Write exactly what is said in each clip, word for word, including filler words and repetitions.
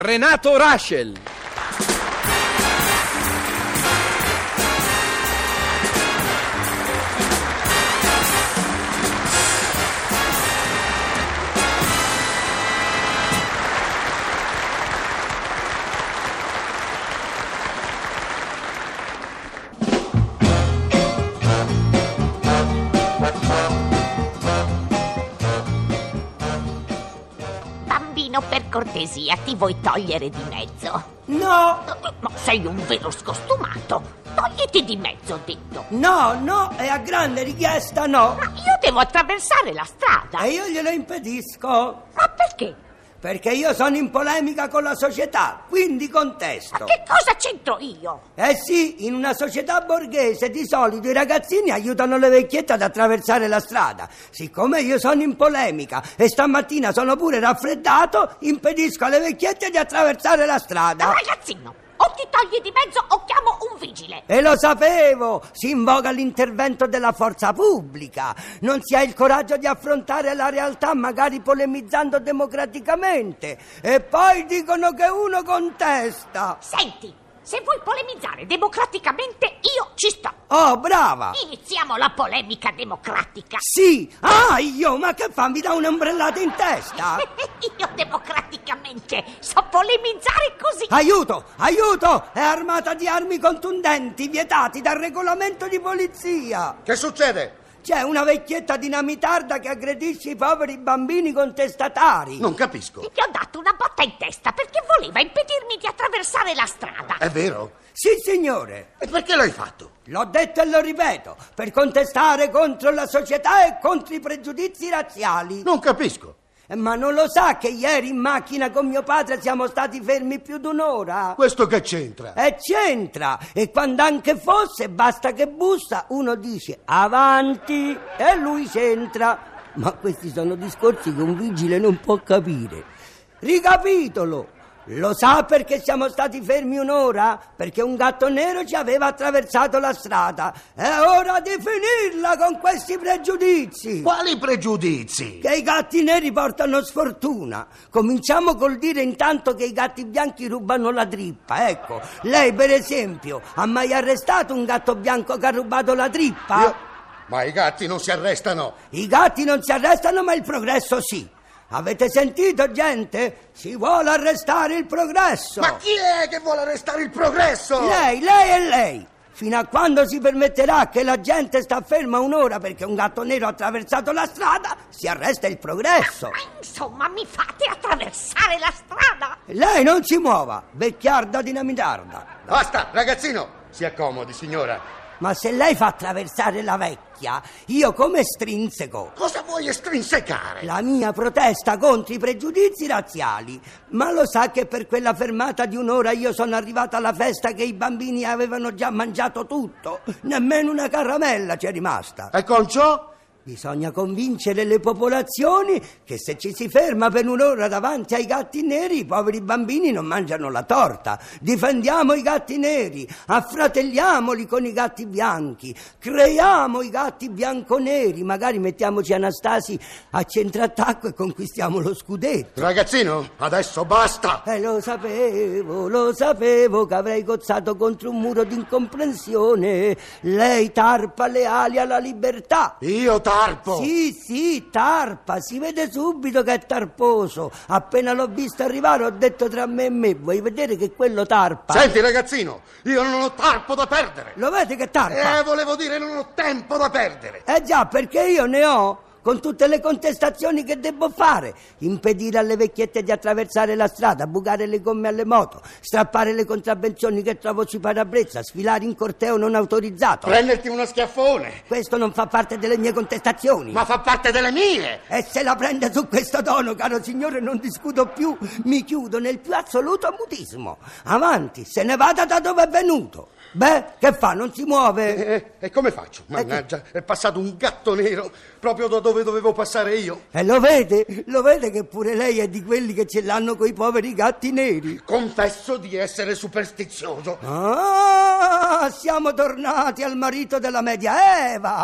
Renato Raschel. Per cortesia, ti vuoi togliere di mezzo? No! Ma sei un vero scostumato! Togliti di mezzo, ho detto! No, no, è a grande richiesta, no! Ma io devo attraversare la strada! E io glielo impedisco! Ma perché? Perché io sono in polemica con la società, quindi contesto. Ma che cosa c'entro io? Eh sì, in una società borghese di solito i ragazzini aiutano le vecchiette ad attraversare la strada. Siccome io sono in polemica e stamattina sono pure raffreddato, impedisco alle vecchiette di attraversare la strada. Ragazzino, o ti togli di mezzo o chiamo un vigile. E lo sapevo, si invoca l'intervento della forza pubblica. Non si ha il coraggio di affrontare la realtà, magari polemizzando democraticamente. E poi dicono che uno contesta. Senti, se vuoi polemizzare democraticamente, io ci sto. Oh, brava! Iniziamo la polemica democratica. Sì! Ah, io, ma che fa? Mi dà un'ombrellata in testa? Io democraticamente so polemizzare così. Aiuto! Aiuto! È armata di armi contundenti, vietati dal regolamento di polizia. Che succede? C'è una vecchietta dinamitarda che aggredisce i poveri bambini contestatari. Non capisco. Ti ho dato una botta in testa perché voleva impedirmi di attraversare la strada. È vero? Sì, signore. E perché l'hai fatto? L'ho detto e lo ripeto, per contestare contro la società e contro i pregiudizi razziali. Non capisco. Ma non lo sa che ieri in macchina con mio padre siamo stati fermi più di un'ora? Questo che c'entra? E c'entra, e quando anche fosse basta che bussa, uno dice avanti e lui c'entra. Ma questi sono discorsi che un vigile non può capire. Ricapitolo. Lo sa perché siamo stati fermi un'ora? Perché un gatto nero ci aveva attraversato la strada. È ora di finirla con questi pregiudizi. Quali pregiudizi? Che i gatti neri portano sfortuna. Cominciamo col dire intanto che i gatti bianchi rubano la trippa. Ecco, lei per esempio ha mai arrestato un gatto bianco che ha rubato la trippa? Io... Ma i gatti non si arrestano. I gatti non si arrestano, ma il progresso sì. Avete sentito, gente? Si vuole arrestare il progresso. Ma chi è che vuole arrestare il progresso? Lei, lei e lei. Fino a quando si permetterà che la gente sta ferma un'ora perché un gatto nero ha attraversato la strada, si arresta il progresso. Ma insomma, mi fate attraversare la strada? Lei non si muova, vecchiarda dinamitarda. Basta, ragazzino. Si accomodi, signora. Ma se lei fa attraversare la vecchia, io come strinseco? Cosa vuoi estrinsecare? La mia protesta contro i pregiudizi razziali. Ma lo sa che per quella fermata di un'ora io sono arrivata alla festa che i bambini avevano già mangiato tutto? Nemmeno una caramella c'è rimasta. E con ciò? Bisogna convincere le popolazioni che se ci si ferma per un'ora davanti ai gatti neri, i poveri bambini non mangiano la torta. Difendiamo i gatti neri, affratelliamoli con i gatti bianchi, creiamo i gatti bianco-neri, magari mettiamoci Anastasi a centrattacco e conquistiamo lo scudetto. Ragazzino, adesso basta! Eh, lo sapevo, lo sapevo che avrei cozzato contro un muro di incomprensione. Lei tarpa le ali alla libertà. Io tarpo? Sì, sì, tarpa, si vede subito che è tarposo. Appena l'ho visto arrivare ho detto tra me e me, vuoi vedere che quello tarpa? Senti ragazzino, io non ho tarpo da perdere. Lo vedi che tarpa? Eh, volevo dire non ho tempo da perdere. Eh già, perché io ne ho. Con tutte le contestazioni che devo fare, impedire alle vecchiette di attraversare la strada, bucare le gomme alle moto, strappare le contravvenzioni che trovo sui parabrezza, sfilare in corteo non autorizzato. Prenderti uno schiaffone. Questo non fa parte delle mie contestazioni. Ma fa parte delle mie. E se la prende su questo tono, caro signore, non discuto più, mi chiudo nel più assoluto mutismo. Avanti, se ne vada da dove è venuto. Beh, che fa? Non si muove? E, e, e come faccio? Mannaggia, è passato un gatto nero proprio da dove dovevo passare io. E lo vede? Lo vede che pure lei è di quelli che ce l'hanno coi poveri gatti neri? Confesso di essere superstizioso. Ah, siamo tornati al marito della media Eva.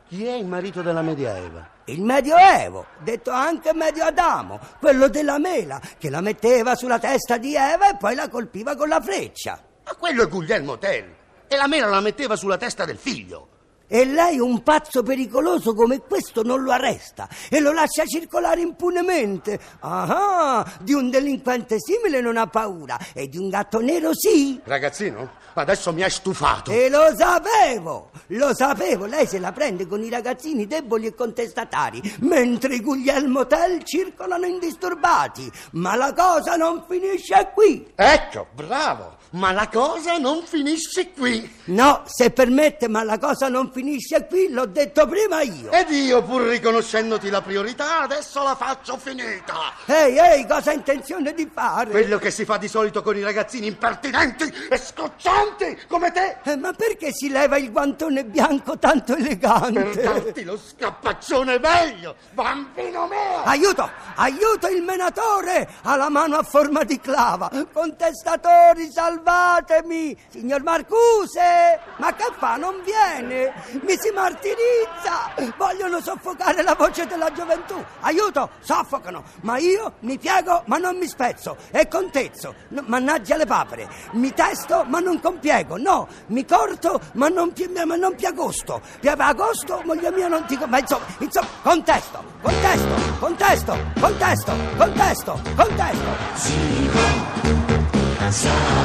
Chi è il marito della Media Eva? Il Medioevo, detto anche Medio Adamo, quello della mela, che la metteva sulla testa di Eva e poi la colpiva con la freccia. Ma quello è Guglielmo Tell. E la mela la metteva sulla testa del figlio. E lei un pazzo pericoloso come questo non lo arresta e lo lascia circolare impunemente. Ah, di un delinquente simile non ha paura e di un gatto nero sì. Ragazzino, adesso mi hai stufato. E lo sapevo, lo sapevo. Lei se la prende con i ragazzini deboli e contestatari, mentre i Guglielmo Tell circolano indisturbati. Ma la cosa non finisce qui. Ecco, bravo. Ma la cosa non finisce qui. No, se permette, ma la cosa non finisce qui, l'ho detto prima io. Ed io, pur riconoscendoti la priorità, adesso la faccio finita. Ehi, ehi, cosa ha intenzione di fare? Quello che si fa di solito con i ragazzini impertinenti e scoccianti come te. Eh, ma perché si leva il guantone bianco tanto elegante? Per darti lo scappaccione meglio, bambino mio. Aiuto, aiuto il menatore, ha la mano a forma di clava. Contestatori, salvatemi. Signor Marcuse, ma che fa? Non viene, mi si martirizza. Vogliono soffocare la voce della gioventù. Aiuto, soffocano, ma io mi piego ma non mi spezzo e contezzo. No, mannaggia le papere, mi testo ma non compiego. No, mi corto ma non, pi- ma non piagosto. Piave agosto, moglie mia non ti... Ma insomma, insomma, contesto, contesto, contesto, contesto, contesto, contesto. Si può, sa